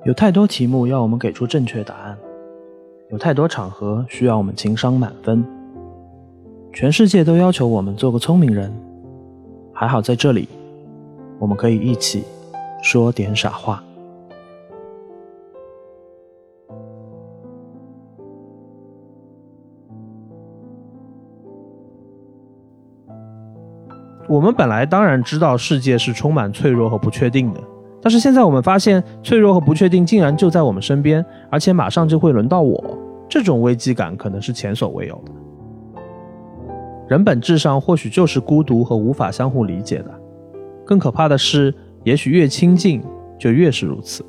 有太多题目要我们给出正确答案，有太多场合需要我们情商满分。全世界都要求我们做个聪明人，还好在这里，我们可以一起说点傻话。我们本来当然知道世界是充满脆弱和不确定的，但是现在我们发现脆弱和不确定竟然就在我们身边，而且马上就会轮到我，这种危机感可能是前所未有的。人本质上或许就是孤独和无法相互理解的，更可怕的是，也许越亲近就越是如此。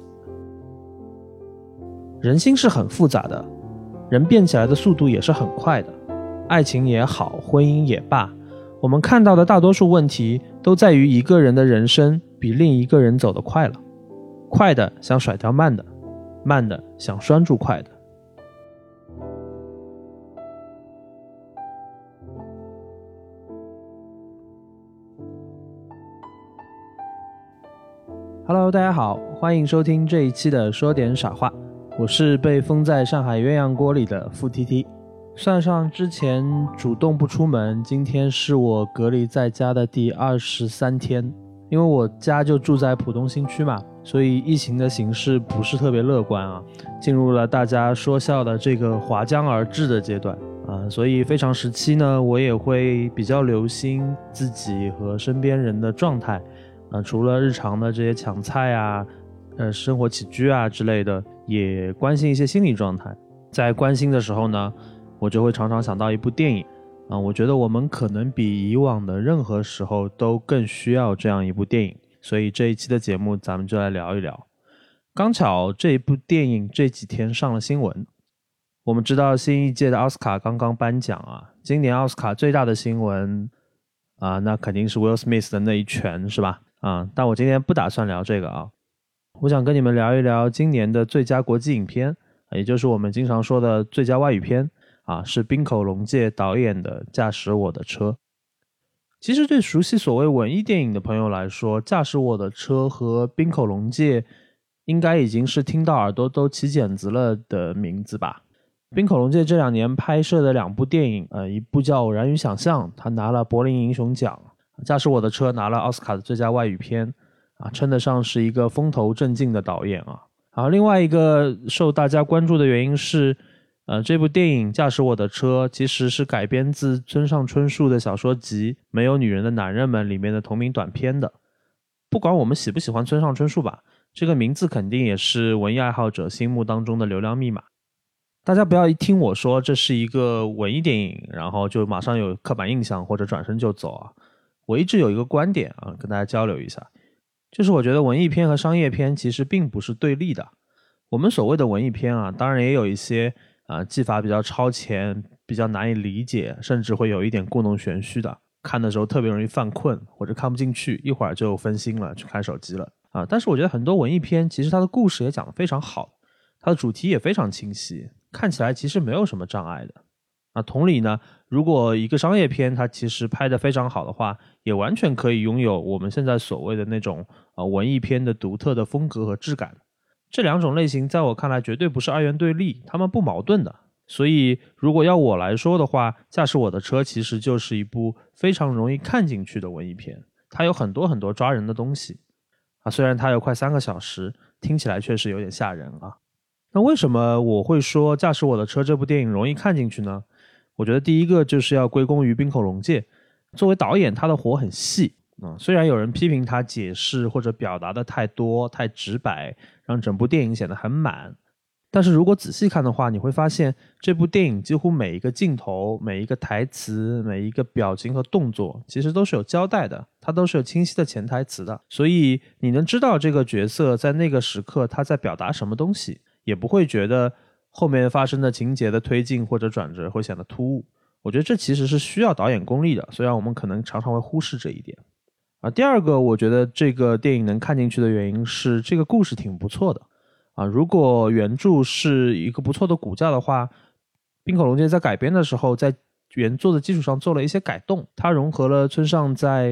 人心是很复杂的，人变起来的速度也是很快的，爱情也好，婚姻也罢，我们看到的大多数问题都在于一个人的人生比另一个人走得快了，快的想甩掉慢的，慢的想拴住快的。Hello， 大家好，欢迎收听这一期的说点傻话，我是被封在上海鸳鸯锅里的付 TT。算上之前主动不出门，今天是我隔离在家的第23天。因为我家就住在浦东新区嘛，所以疫情的形势不是特别乐观啊，进入了大家说笑的这个划江而治的阶段啊，所以非常时期呢，我也会比较留心自己和身边人的状态啊，除了日常的这些抢菜啊、生活起居啊之类的，也关心一些心理状态。在关心的时候呢，我就会常常想到一部电影啊，我觉得我们可能比以往的任何时候都更需要这样一部电影，所以这一期的节目咱们就来聊一聊。刚巧这一部电影这几天上了新闻，我们知道新一届的奥斯卡刚刚颁奖啊，今年奥斯卡最大的新闻啊，那肯定是 Will Smith 的那一拳是吧？啊，但我今天不打算聊这个啊，我想跟你们聊一聊今年的最佳国际影片，也就是我们经常说的最佳外语片啊，是滨口龙介导演的《驾驶我的车》。其实对熟悉所谓文艺电影的朋友来说，《驾驶我的车》和滨口龙介应该已经是听到耳朵都起茧子了的名字吧。滨口龙介这2年拍摄的2部电影，一部叫《偶然与想象》，他拿了柏林英雄奖，《驾驶我的车》拿了奥斯卡的最佳外语片啊，称得上是一个风头正劲的导演啊。好，另外一个受大家关注的原因是这部电影《驾驶我的车》其实是改编自村上春树的小说集《没有女人的男人们》里面的同名短片的。不管我们喜不喜欢村上春树吧，这个名字肯定也是文艺爱好者心目当中的流量密码。大家不要一听我说这是一个文艺电影，然后就马上有刻板印象或者转身就走啊。我一直有一个观点啊，跟大家交流一下，就是我觉得文艺片和商业片其实并不是对立的。我们所谓的文艺片啊，当然也有一些技法比较超前，比较难以理解，甚至会有一点故弄玄虚的，看的时候特别容易犯困或者看不进去，一会儿就分心了去看手机了啊。但是我觉得很多文艺片其实它的故事也讲得非常好，它的主题也非常清晰，看起来其实没有什么障碍的啊。同理呢，如果一个商业片它其实拍得非常好的话，也完全可以拥有我们现在所谓的那种文艺片的独特的风格和质感。这2种类型在我看来绝对不是二元对立，它们不矛盾的。所以如果要我来说的话，驾驶我的车其实就是一部非常容易看进去的文艺片，它有很多很多抓人的东西啊，虽然它有快3个小时，听起来确实有点吓人啊。那为什么我会说驾驶我的车这部电影容易看进去呢？我觉得第一个就是要归功于滨口龙介，作为导演他的活很细虽然有人批评他解释或者表达的太多太直白，让整部电影显得很满，但是如果仔细看的话，你会发现这部电影几乎每一个镜头、每一个台词、每一个表情和动作其实都是有交代的，它都是有清晰的潜台词的，所以你能知道这个角色在那个时刻他在表达什么东西，也不会觉得后面发生的情节的推进或者转折会显得突兀。我觉得这其实是需要导演功力的，虽然我们可能常常会忽视这一点第二个我觉得这个电影能看进去的原因是这个故事挺不错的如果原著是一个不错的骨架的话，滨口龙介在改编的时候在原作的基础上做了一些改动，它融合了村上在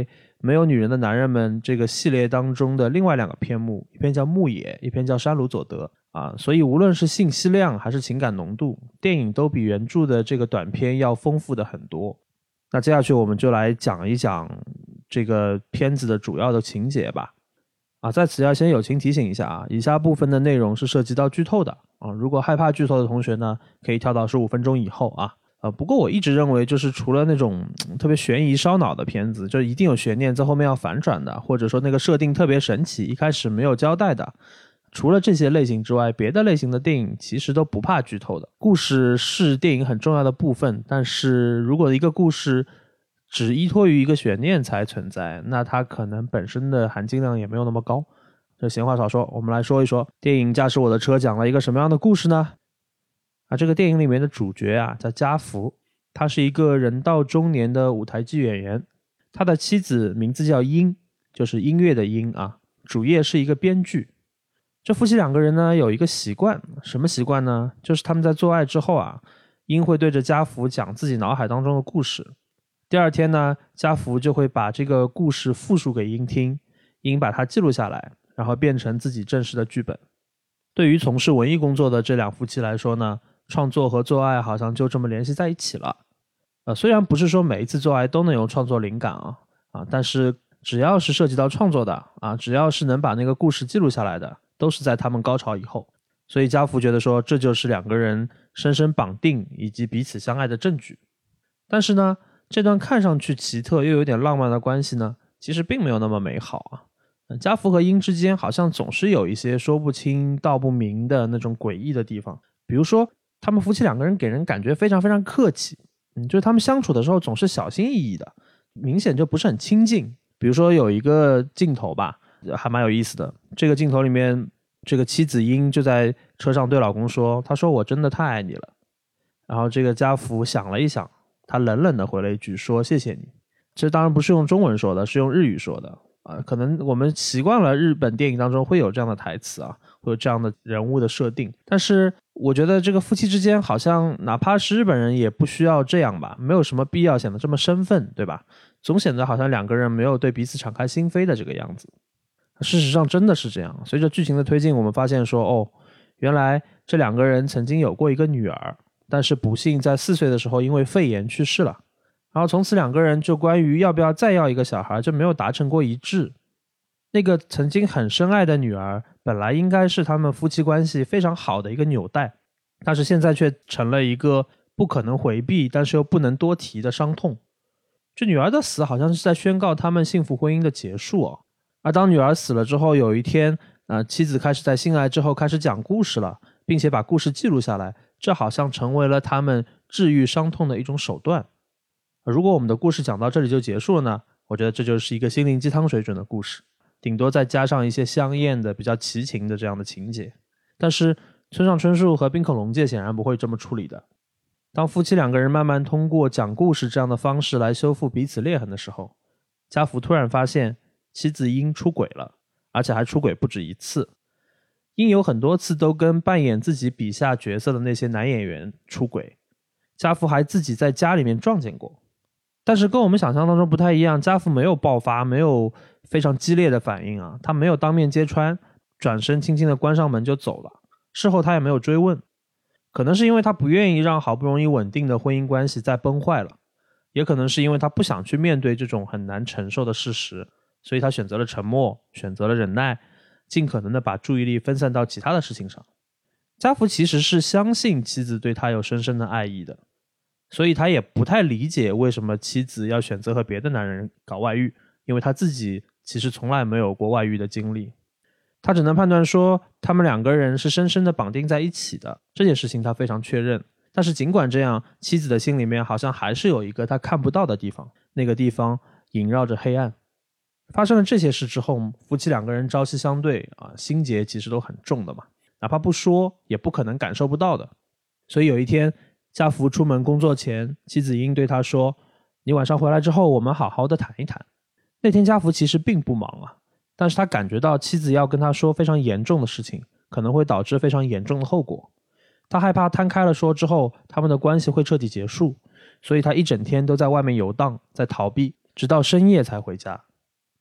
没有女人的男人们这个系列当中的另外2个篇目，一篇叫牧野，一篇叫山鲁佐德所以无论是信息量还是情感浓度，电影都比原著的这个短篇要丰富的很多。那接下去我们就来讲一讲这个片子的主要的情节吧。在此要先友情提醒一下以下部分的内容是涉及到剧透的如果害怕剧透的同学呢，可以跳到15分钟以后不过我一直认为，就是除了那种特别悬疑烧脑的片子，就一定有悬念在后面要反转的，或者说那个设定特别神奇，一开始没有交代的，除了这些类型之外，别的类型的电影其实都不怕剧透的。故事是电影很重要的部分，但是如果一个故事只依托于一个悬念才存在，那它可能本身的含金量也没有那么高。这闲话少说，我们来说一说电影《驾驶我的车》讲了一个什么样的故事呢？这个电影里面的主角叫加福，他是一个人到中年的舞台剧演员，他的妻子名字叫音，就是音乐的音主业是一个编剧。这夫妻2个人呢有一个习惯，什么习惯呢？就是他们在做爱之后音会对着加福讲自己脑海当中的故事。第二天呢，加福就会把这个故事复述给音听，音把它记录下来，然后变成自己正式的剧本。对于从事文艺工作的这2夫妻来说呢，创作和做爱好像就这么联系在一起了。虽然不是说每一次做爱都能有创作灵感但是只要是涉及到创作的只要是能把那个故事记录下来的，都是在他们高潮以后。所以加福觉得说，这就是2个人深深绑定以及彼此相爱的证据。但是呢，这段看上去奇特又有点浪漫的关系呢，其实并没有那么美好加福和音之间好像总是有一些说不清道不明的那种诡异的地方。比如说他们夫妻2个人给人感觉非常非常客气就是他们相处的时候总是小心翼翼的，明显就不是很亲近。比如说有一个镜头吧，还蛮有意思的。这个镜头里面，这个妻子音就在车上对老公说，他说我真的太爱你了。然后这个加福想了一想，他冷冷的回了一句说谢谢你。这当然不是用中文说的，是用日语说的可能我们习惯了日本电影当中会有这样的台词会有这样的人物的设定，但是我觉得这个夫妻之间好像哪怕是日本人也不需要这样吧，没有什么必要显得这么生分，对吧？总显得好像2个人没有对彼此敞开心扉的这个样子。事实上真的是这样，随着剧情的推进，我们发现说原来这2个人曾经有过一个女儿，但是不幸在4岁的时候因为肺炎去世了。然后从此2个人就关于要不要再要一个小孩就没有达成过一致。那个曾经很深爱的女儿本来应该是他们夫妻关系非常好的一个纽带，但是现在却成了一个不可能回避但是又不能多提的伤痛。这女儿的死好像是在宣告他们幸福婚姻的结束而当女儿死了之后，有一天妻子开始在性爱之后开始讲故事了，并且把故事记录下来，这好像成为了他们治愈伤痛的一种手段。如果我们的故事讲到这里就结束了呢，我觉得这就是一个心灵鸡汤水准的故事，顶多再加上一些香艳的比较奇情的这样的情节。但是村上春树和滨口龙介显然不会这么处理的。当夫妻2个人慢慢通过讲故事这样的方式来修复彼此裂痕的时候，家福突然发现妻子英出轨了，而且还出轨不止一次。英有很多次都跟扮演自己笔下角色的那些男演员出轨，家福还自己在家里面撞见过。但是跟我们想象当中不太一样，家福没有爆发，没有非常激烈的反应他没有当面揭穿，转身轻轻的关上门就走了。事后他也没有追问，可能是因为他不愿意让好不容易稳定的婚姻关系再崩坏了，也可能是因为他不想去面对这种很难承受的事实，所以他选择了沉默，选择了忍耐，尽可能的把注意力分散到其他的事情上。家福其实是相信妻子对他有深深的爱意的，所以他也不太理解为什么妻子要选择和别的男人搞外遇，因为他自己其实从来没有过外遇的经历。他只能判断说他们2个人是深深的绑定在一起的，这件事情他非常确认。但是尽管这样，妻子的心里面好像还是有一个他看不到的地方，那个地方萦绕着黑暗。发生了这些事之后，夫妻2个人朝夕相对心结其实都很重的嘛，哪怕不说也不可能感受不到的。所以有一天家福出门工作前，妻子英对他说，你晚上回来之后我们好好的谈一谈。那天家福其实并不忙但是他感觉到妻子要跟他说非常严重的事情，可能会导致非常严重的后果。他害怕摊开了说之后他们的关系会彻底结束，所以他一整天都在外面游荡，在逃避，直到深夜才回家。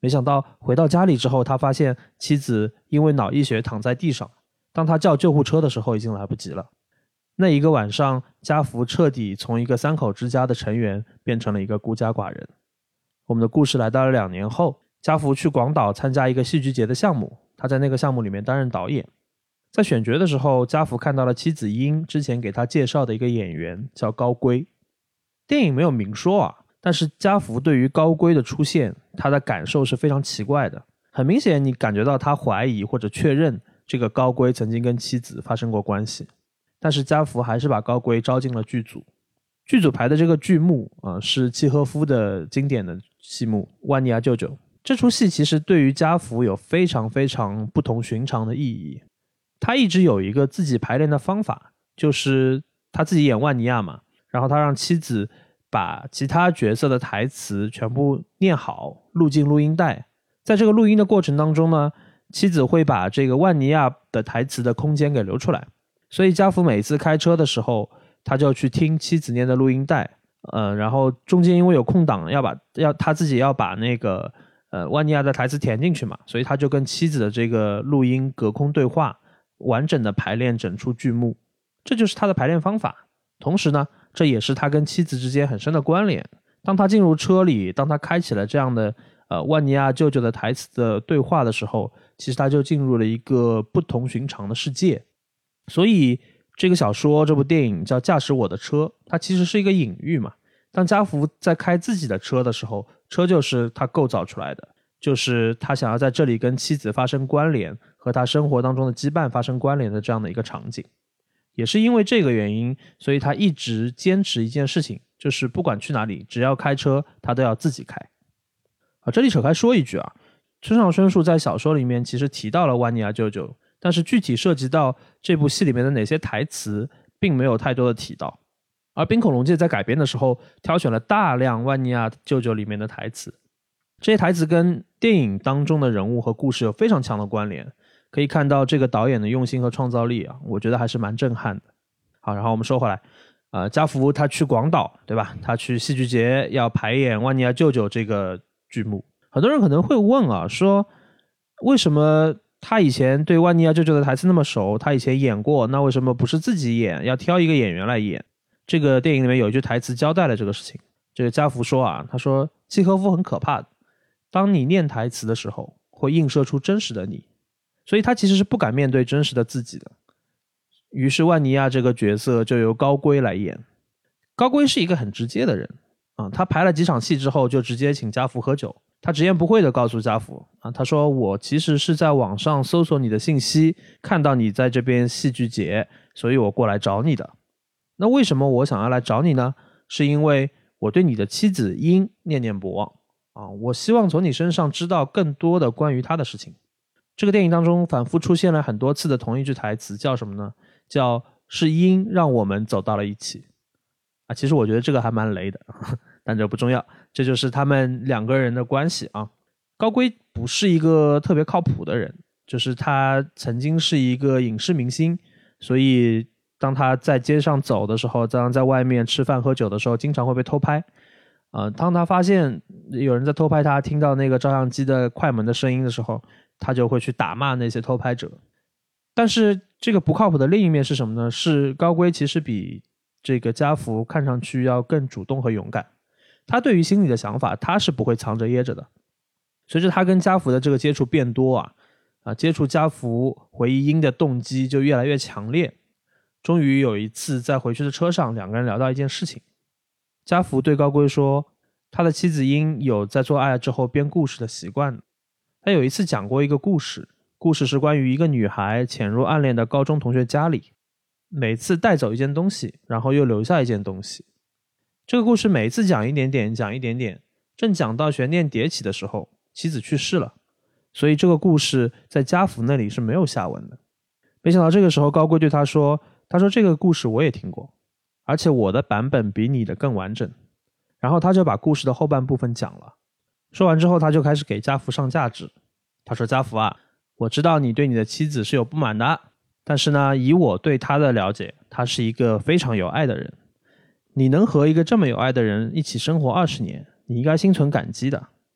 没想到回到家里之后，他发现妻子因为脑溢血躺在地上，当他叫救护车的时候已经来不及了。那一个晚上，家福彻底从一个三口之家的成员变成了一个孤家寡人。我们的故事来到了2年后，家福去广岛参加一个戏剧节的项目，他在那个项目里面担任导演。在选角的时候，家福看到了妻子英之前给他介绍的一个演员叫高圭。电影没有明说啊，但是家福对于高圭的出现，他的感受是非常奇怪的。很明显你感觉到他怀疑或者确认这个高圭曾经跟妻子发生过关系，但是家福还是把高圭招进了剧组。剧组排的这个剧目是契诃夫的经典的戏目《万尼亚舅舅》。这出戏其实对于家福有非常非常不同寻常的意义。他一直有一个自己排练的方法，就是他自己演万尼亚嘛，然后他让妻子把其他角色的台词全部念好，录进录音带。在这个录音的过程当中呢，妻子会把这个万尼亚的台词的空间给留出来，所以家福每次开车的时候，他就去听妻子念的录音带，然后中间因为有空档，他自己要把那个万尼亚的台词填进去嘛，所以他就跟妻子的这个录音隔空对话，完整的排练整出剧目。这就是他的排练方法。同时呢，这也是他跟妻子之间很深的关联。当他进入车里，当他开启了这样的万尼亚舅舅的台词的对话的时候，其实他就进入了一个不同寻常的世界。所以这个小说，这部电影叫《驾驶我的车》，它其实是一个隐喻嘛。当家福在开自己的车的时候，车就是他构造出来的，就是他想要在这里跟妻子发生关联，和他生活当中的羁绊发生关联的这样的一个场景。也是因为这个原因，所以他一直坚持一件事情，就是不管去哪里，只要开车他都要自己开。这里扯开说一句啊，村上春树在小说里面其实提到了万尼亚舅舅，但是具体涉及到这部戏里面的哪些台词并没有太多的提到。而冰恐龙界在改编的时候挑选了大量万尼亚舅舅里面的台词，这些台词跟电影当中的人物和故事有非常强的关联，可以看到这个导演的用心和创造力啊，我觉得还是蛮震撼的。好，然后我们说回来，家福他去广岛，对吧？他去戏剧节要排演万尼亚舅舅这个剧目。很多人可能会问啊，说为什么他以前对万尼亚舅舅的台词那么熟，他以前演过，那为什么不是自己演，要挑一个演员来演？这个电影里面有一句台词交代了这个事情。这个家福说啊，他说契诃夫很可怕的，当你念台词的时候会映射出真实的你，所以他其实是不敢面对真实的自己的。于是万尼亚这个角色就由高圭来演。高圭是一个很直接的人他排了几场戏之后就直接请家福喝酒。他直言不讳地告诉家福他说我其实是在网上搜索你的信息，看到你在这边戏剧节，所以我过来找你的。那为什么我想要来找你呢？是因为我对你的妻子英念念不忘我希望从你身上知道更多的关于她的事情。这个电影当中反复出现了很多次的同一句台词，叫什么呢？叫是英让我们走到了一起其实我觉得这个还蛮雷的但这不重要，这就是他们两个人的关系高圭不是一个特别靠谱的人，就是他曾经是一个影视明星，所以当他在街上走的时候，当在外面吃饭喝酒的时候，经常会被偷拍当他发现有人在偷拍他，听到那个照相机的快门的声音的时候，他就会去打骂那些偷拍者。但是这个不靠谱的另一面是什么呢？是高圭其实比这个家福看上去要更主动和勇敢，他对于心里的想法他是不会藏着掖着的。随着他跟家福的这个接触变多接触家福回忆英的动机就越来越强烈。终于有一次在回去的车上，两个人聊到一件事情。家福对高圭说，他的妻子英有在做爱之后编故事的习惯。他有一次讲过一个故事，故事是关于一个女孩潜入暗恋的高中同学家里，每次带走一件东西，然后又留下一件东西。这个故事每一次讲一点点，讲一点点，正讲到悬念迭起的时候，妻子去世了，所以这个故事在家福那里是没有下文的。没想到这个时候高圭对他说这个故事我也听过，而且我的版本比你的更完整。然后他就把故事的后半部分讲了。说完之后他就开始给家福上价值。他说，家福我知道你对你的妻子是有不满的，但是呢，以我对她的了解，她是一个非常有爱的人。你能和一个这么有爱的人一起生活20年，你应该心存感激的。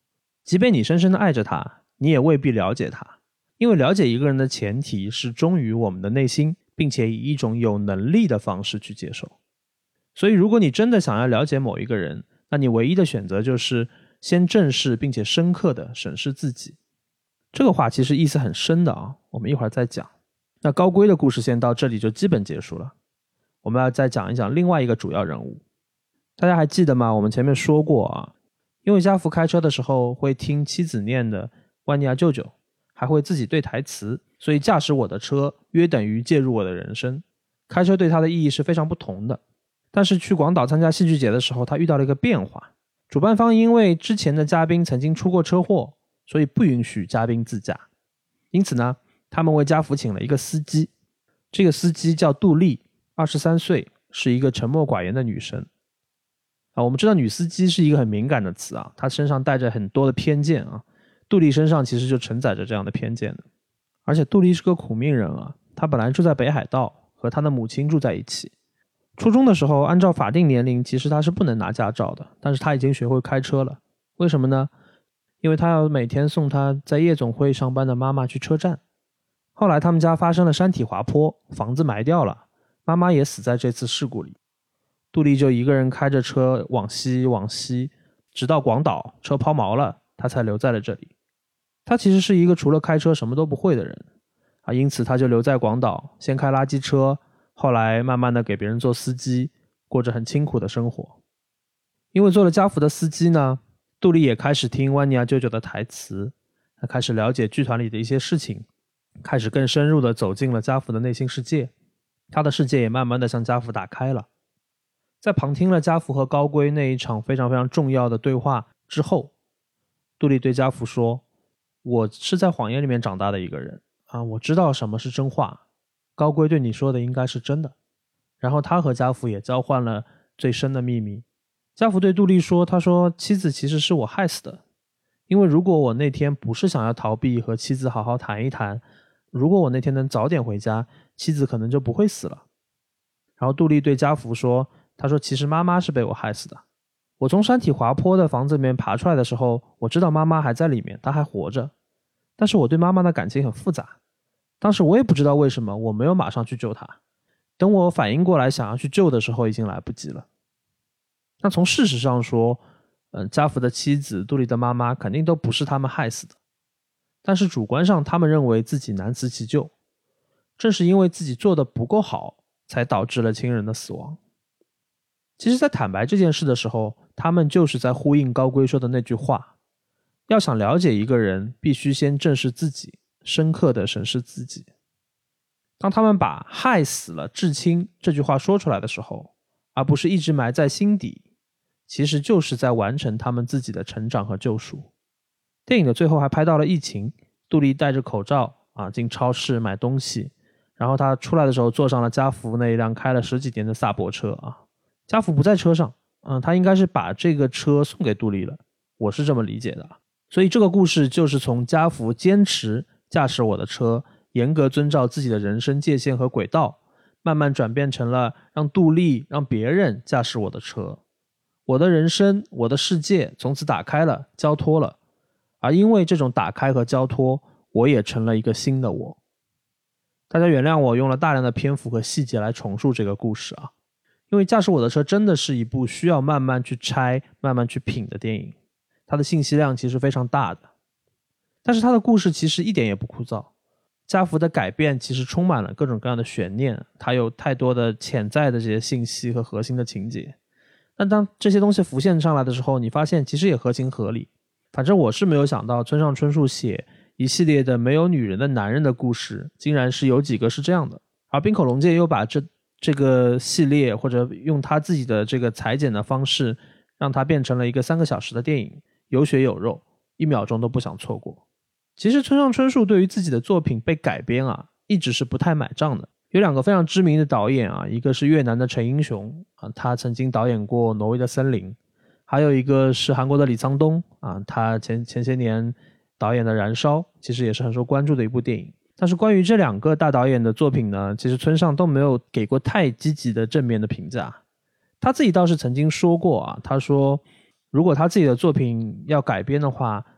即便你深深的爱着他，你也未必了解他，因为了解一个人的前提是忠于我们的内心，并且以一种有能力的方式去接受。所以如果你真的想要了解某一个人，那你唯一的选择就是先正视并且深刻的审视自己。这个话其实意思很深的啊，我们一会儿再讲。那高圭的故事线到这里就基本结束了，我们要再讲一讲另外一个主要人物。大家还记得吗？我们前面说过啊，因为家福开车的时候会听妻子念的万尼亚舅舅，还会自己对台词，所以驾驶我的车约等于介入我的人生。开车对他的意义是非常不同的。但是去广岛参加戏剧节的时候，他遇到了一个变化。主办方因为之前的嘉宾曾经出过车祸，所以不允许嘉宾自驾。因此呢，他们为家福请了一个司机。这个司机叫杜丽，23岁，是一个沉默寡言的女生。我们知道女司机是一个很敏感的词啊，她身上带着很多的偏见啊。杜丽身上其实就承载着这样的偏见的。而且杜丽是个苦命人啊，她本来住在北海道，和她的母亲住在一起。初中的时候，按照法定年龄，其实他是不能拿驾照的，但是他已经学会开车了。为什么呢？因为他要每天送他在夜总会上班的妈妈去车站。后来他们家发生了山体滑坡，房子埋掉了，妈妈也死在这次事故里。杜丽就一个人开着车往西，直到广岛，车抛锚了，他才留在了这里。他其实是一个除了开车什么都不会的人啊，因此他就留在广岛，先开垃圾车，后来慢慢的给别人做司机，过着很清苦的生活。因为做了家福的司机呢，杜丽也开始听万尼亚舅舅的台词，他开始了解剧团里的一些事情，开始更深入的走进了家福的内心世界。他的世界也慢慢的向家福打开了。在旁听了家福和高圭那一场非常非常重要的对话之后，杜丽对家福说，我是在谎言里面长大的一个人啊，我知道什么是真话，高圭对你说的应该是真的。然后他和家福也交换了最深的秘密。家福对杜丽说，他说妻子其实是我害死的，因为如果我那天不是想要逃避和妻子好好谈一谈，如果我那天能早点回家，妻子可能就不会死了。然后杜丽对家福说，他说其实妈妈是被我害死的。我从山体滑坡的房子里面爬出来的时候，我知道妈妈还在里面，她还活着，但是我对妈妈的感情很复杂。当时我也不知道为什么我没有马上去救她，等我反应过来想要去救的时候已经来不及了。那从事实上说，家福的妻子杜丽的妈妈肯定都不是他们害死的，但是主观上他们认为自己难辞其咎，正是因为自己做得不够好，才导致了亲人的死亡。其实在坦白这件事的时候，他们就是在呼应高圭说的那句话，要想了解一个人，必须先正视自己，深刻地审视自己。当他们把害死了至亲这句话说出来的时候，而不是一直埋在心底，其实就是在完成他们自己的成长和救赎。电影的最后还拍到了疫情，杜丽戴着口罩进超市买东西，然后他出来的时候坐上了家福那一辆开了10几年的萨博车家福不在车上，他应该是把这个车送给杜丽了，我是这么理解的。所以这个故事就是从家福坚持驾驶我的车，严格遵照自己的人生界限和轨道，慢慢转变成了让杜丽让别人驾驶我的车。我的人生，我的世界从此打开了，交托了。而因为这种打开和交托，我也成了一个新的我。大家原谅我用了大量的篇幅和细节来重述这个故事因为驾驶我的车真的是一部需要慢慢去拆、慢慢去品的电影，它的信息量其实非常大的。但是它的故事其实一点也不枯燥，家福的改变其实充满了各种各样的悬念，它有太多的潜在的这些信息和核心的情节。但当这些东西浮现上来的时候，你发现其实也合情合理。反正我是没有想到村上春树写一系列的没有女人的男人的故事，竟然是有几个是这样的。而滨口龙介又把这个系列或者用他自己的这个裁剪的方式，让它变成了一个3个小时的电影，有血有肉，1秒钟都不想错过。其实村上春树对于自己的作品被改编一直是不太买账的。有2个非常知名的导演一个是越南的陈英雄他曾经导演过挪威的森林，还有一个是韩国的李沧东他前些年导演的燃烧其实也是很受关注的一部电影。但是关于这2个大导演的作品呢，其实村上都没有给过太积极的正面的评价。他自己倒是曾经说过他说如果他自己的作品要改编的话，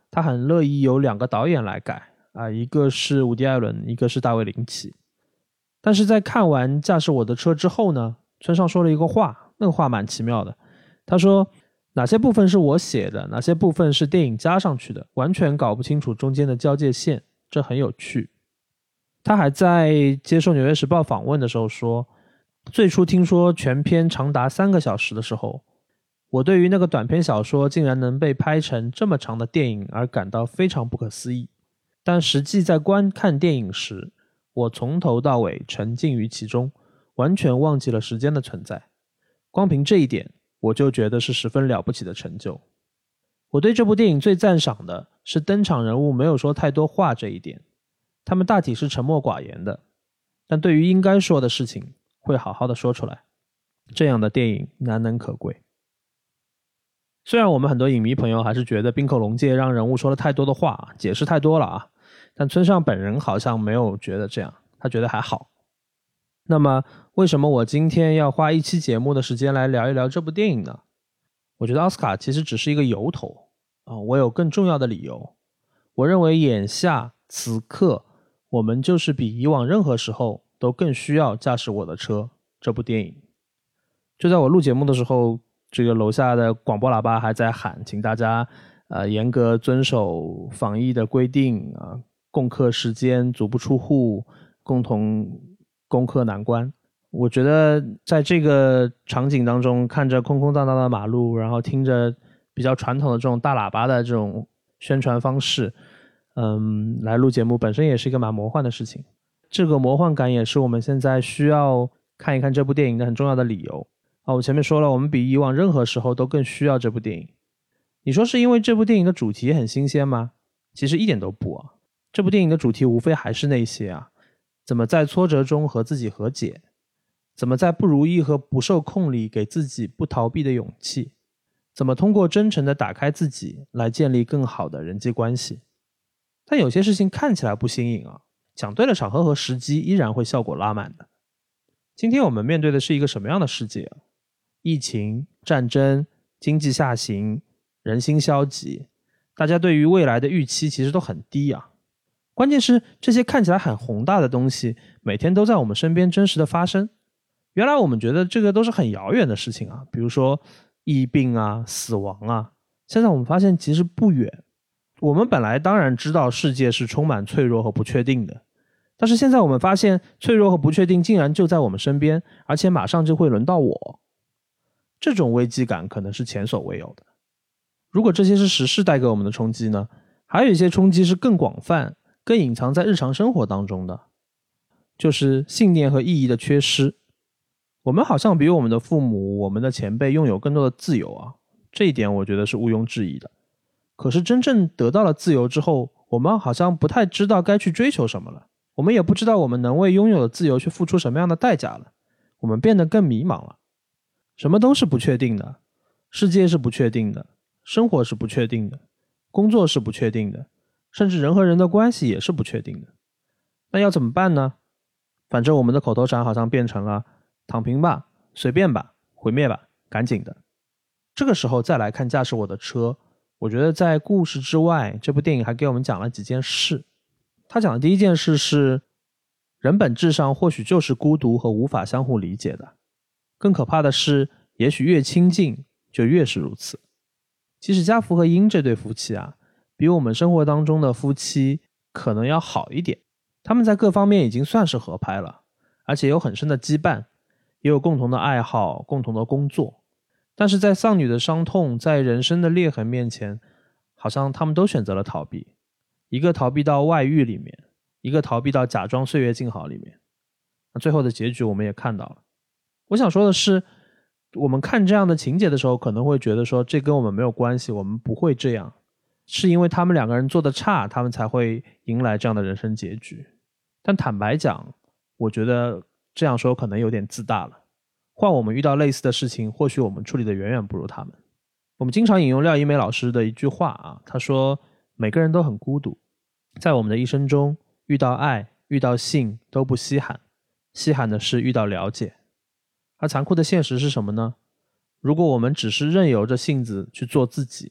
他很乐意有2个导演来改一个是伍迪·艾伦，一个是大卫·林奇。但是在看完《驾驶我的车》之后呢，村上说了一个话，那个话蛮奇妙的。他说哪些部分是我写的，哪些部分是电影加上去的，完全搞不清楚中间的交界线，这很有趣。他还在接受《纽约时报》访问的时候说，最初听说全片长达3个小时的时候，我对于那个短篇小说竟然能被拍成这么长的电影而感到非常不可思议。但实际在观看电影时，我从头到尾沉浸于其中，完全忘记了时间的存在。光凭这一点，我就觉得是十分了不起的成就。我对这部电影最赞赏的是登场人物没有说太多话这一点，他们大体是沉默寡言的，但对于应该说的事情会好好的说出来。这样的电影难能可贵。虽然我们很多影迷朋友还是觉得滨口龙介让人物说了太多的话，解释太多了但村上本人好像没有觉得这样，他觉得还好。那么为什么我今天要花一期节目的时间来聊一聊这部电影呢？我觉得奥斯卡其实只是一个由头我有更重要的理由。我认为眼下此刻我们就是比以往任何时候都更需要驾驶我的车这部电影。就在我录节目的时候，这个楼下的广播喇叭还在喊，请大家严格遵守防疫的规定共克时间，足不出户，共同攻克难关。我觉得在这个场景当中，看着空空荡荡的马路，然后听着比较传统的这种大喇叭的这种宣传方式来录节目本身也是一个蛮魔幻的事情。这个魔幻感也是我们现在需要看一看这部电影的很重要的理由我前面说了，我们比以往任何时候都更需要这部电影。你说是因为这部电影的主题很新鲜吗？其实一点都不这部电影的主题无非还是那些怎么在挫折中和自己和解，怎么在不如意和不受控里给自己不逃避的勇气，怎么通过真诚的打开自己来建立更好的人际关系。但有些事情看起来不新颖讲对了场合和时机依然会效果拉满的。今天我们面对的是一个什么样的世界疫情、战争、经济下行、人心消极，大家对于未来的预期其实都很低关键是这些看起来很宏大的东西每天都在我们身边真实的发生。原来我们觉得这个都是很遥远的事情比如说疫病死亡现在我们发现其实不远。我们本来当然知道世界是充满脆弱和不确定的，但是现在我们发现脆弱和不确定竟然就在我们身边，而且马上就会轮到我。这种危机感可能是前所未有的。如果这些是时事带给我们的冲击呢，还有一些冲击是更广泛、更隐藏在日常生活当中的，就是信念和意义的缺失。我们好像比我们的父母、我们的前辈拥有更多的自由这一点我觉得是毋庸置疑的。可是真正得到了自由之后，我们好像不太知道该去追求什么了，我们也不知道我们能为拥有的自由去付出什么样的代价了，我们变得更迷茫了。什么都是不确定的，世界是不确定的，生活是不确定的，工作是不确定的，甚至人和人的关系也是不确定的。那要怎么办呢？反正我们的口头禅好像变成了躺平吧，随便吧，毁灭吧，赶紧的。这个时候再来看驾驶我的车，我觉得在故事之外，这部电影还给我们讲了几件事。他讲的第一件事是，人本质上或许就是孤独和无法相互理解的。更可怕的是，也许越亲近就越是如此。其实家福和英这对夫妻比我们生活当中的夫妻可能要好一点。他们在各方面已经算是合拍了，而且有很深的羁绊，也有共同的爱好，共同的工作。但是在丧女的伤痛，在人生的裂痕面前，好像他们都选择了逃避。一个逃避到外遇里面，一个逃避到假装岁月静好里面。那最后的结局我们也看到了。我想说的是，我们看这样的情节的时候，可能会觉得说这跟我们没有关系，我们不会这样，是因为他们两个人做得差，他们才会迎来这样的人生结局。但坦白讲，我觉得这样说可能有点自大了。换我们遇到类似的事情，或许我们处理的远远不如他们。我们经常引用廖一梅老师的一句话他说每个人都很孤独，在我们的一生中，遇到爱、遇到性都不稀罕，稀罕的是遇到了解。而残酷的现实是什么呢？如果我们只是任由着性子去做自己，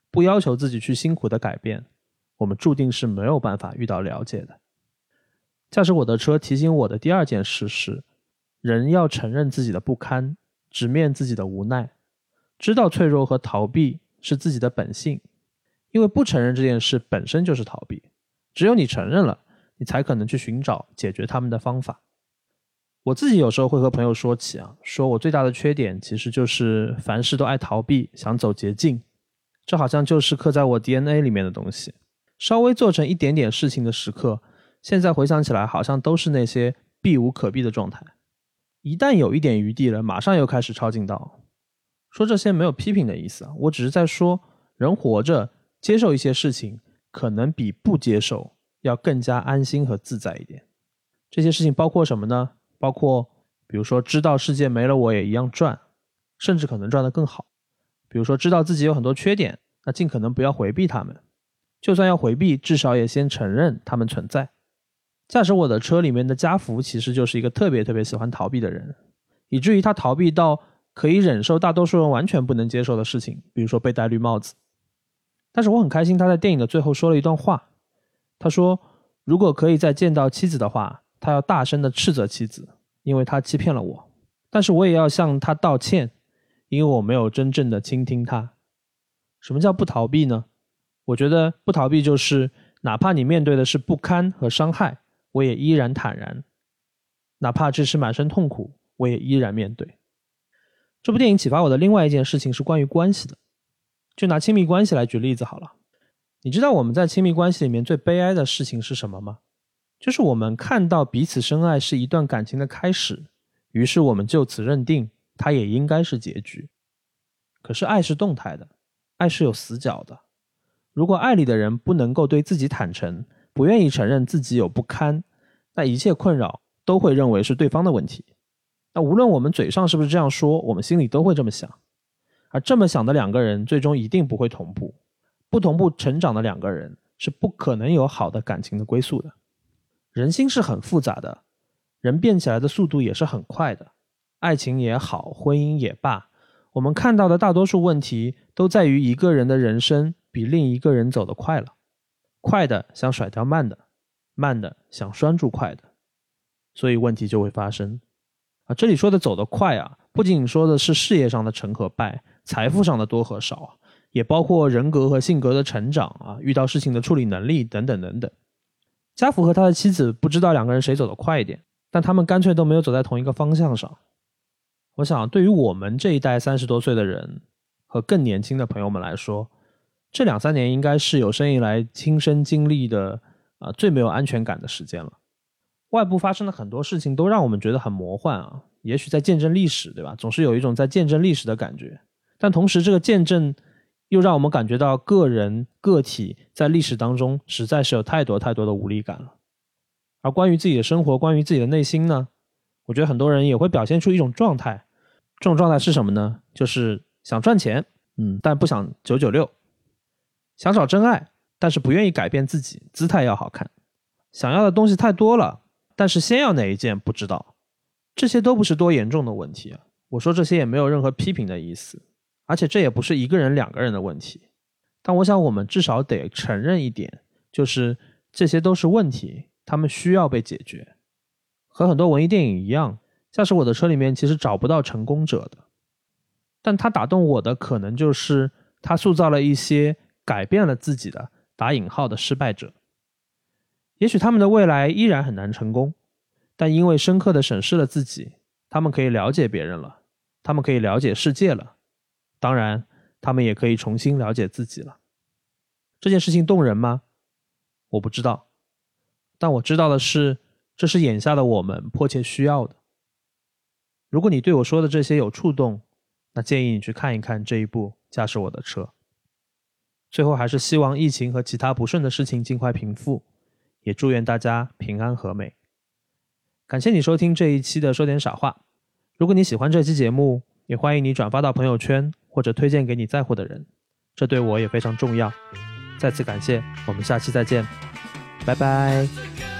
不要求自己去辛苦的改变，我们注定是没有办法遇到了解的。驾驶我的车提醒我的第二件事是，人要承认自己的不堪，直面自己的无奈，知道脆弱和逃避是自己的本性，因为不承认这件事本身就是逃避，只有你承认了，你才可能去寻找解决他们的方法。我自己有时候会和朋友说起说我最大的缺点其实就是凡事都爱逃避，想走捷径，这好像就是刻在我 DNA 里面的东西。稍微做成一点点事情的时刻，现在回想起来好像都是那些避无可避的状态。一旦有一点余地了，马上又开始超进道。说这些没有批评的意思我只是在说，人活着接受一些事情可能比不接受要更加安心和自在一点。这些事情包括什么呢？包括比如说知道世界没了我也一样赚，甚至可能赚得更好。比如说知道自己有很多缺点，那尽可能不要回避他们，就算要回避，至少也先承认他们存在。驾驶我的车里面的家福其实就是一个特别喜欢逃避的人，以至于他逃避到可以忍受大多数人完全不能接受的事情，比如说被戴绿帽子。但是我很开心他在电影的最后说了一段话，他说如果可以再见到妻子的话，他要大声地斥责妻子，因为他欺骗了我，但是我也要向他道歉，因为我没有真正的倾听他。什么叫不逃避呢？我觉得不逃避就是哪怕你面对的是不堪和伤害，我也依然坦然，哪怕这是满身痛苦，我也依然面对。这部电影启发我的另外一件事情是关于关系的，就拿亲密关系来举例子好了。你知道我们在亲密关系里面最悲哀的事情是什么吗？就是我们看到彼此深爱是一段感情的开始，于是我们就此认定它也应该是结局。可是爱是动态的，爱是有死角的。如果爱里的人不能够对自己坦诚，不愿意承认自己有不堪，那一切困扰都会认为是对方的问题。那无论我们嘴上是不是这样说，我们心里都会这么想。而这么想的两个人最终一定不会同步，不同步成长的两个人是不可能有好的感情的归宿的。人心是很复杂的，人变起来的速度也是很快的，爱情也好，婚姻也罢，我们看到的大多数问题都在于一个人的人生比另一个人走得快了，快的想甩掉慢的，慢的想拴住快的，所以问题就会发生。这里说的走得快不仅说的是事业上的成和败，财富上的多和少也包括人格和性格的成长遇到事情的处理能力等等等等。家福和他的妻子不知道两个人谁走得快一点，但他们干脆都没有走在同一个方向上。我想对于我们这一代30多岁的人和更年轻的朋友们来说，这2-3年应该是有生以来亲身经历的最没有安全感的时间了。外部发生的很多事情都让我们觉得很魔幻也许在见证历史，对吧？总是有一种在见证历史的感觉，但同时这个见证又让我们感觉到个人个体在历史当中实在是有太多的无力感了。而关于自己的生活，关于自己的内心呢，我觉得很多人也会表现出一种状态。这种状态是什么呢？就是想赚钱但不想996，想找真爱但是不愿意改变自己，姿态要好看，想要的东西太多了，但是先要哪一件不知道。这些都不是多严重的问题我说这些也没有任何批评的意思，而且这也不是一个人2个人的问题。但我想我们至少得承认一点，就是这些都是问题，他们需要被解决。和很多文艺电影一样，驾驶我的车里面其实找不到成功者的，但他打动我的可能就是他塑造了一些改变了自己的打引号的失败者。也许他们的未来依然很难成功，但因为深刻地审视了自己，他们可以了解别人了，他们可以了解世界了，当然他们也可以重新了解自己了。这件事情动人吗？我不知道，但我知道的是，这是眼下的我们迫切需要的。如果你对我说的这些有触动，那建议你去看一看这一部《驾驶我的车》。最后还是希望疫情和其他不顺的事情尽快平复，也祝愿大家平安和美。感谢你收听这一期的说点傻话。如果你喜欢这期节目，也欢迎你转发到朋友圈或者推荐给你在乎的人，这对我也非常重要。再次感谢，我们下期再见，拜拜。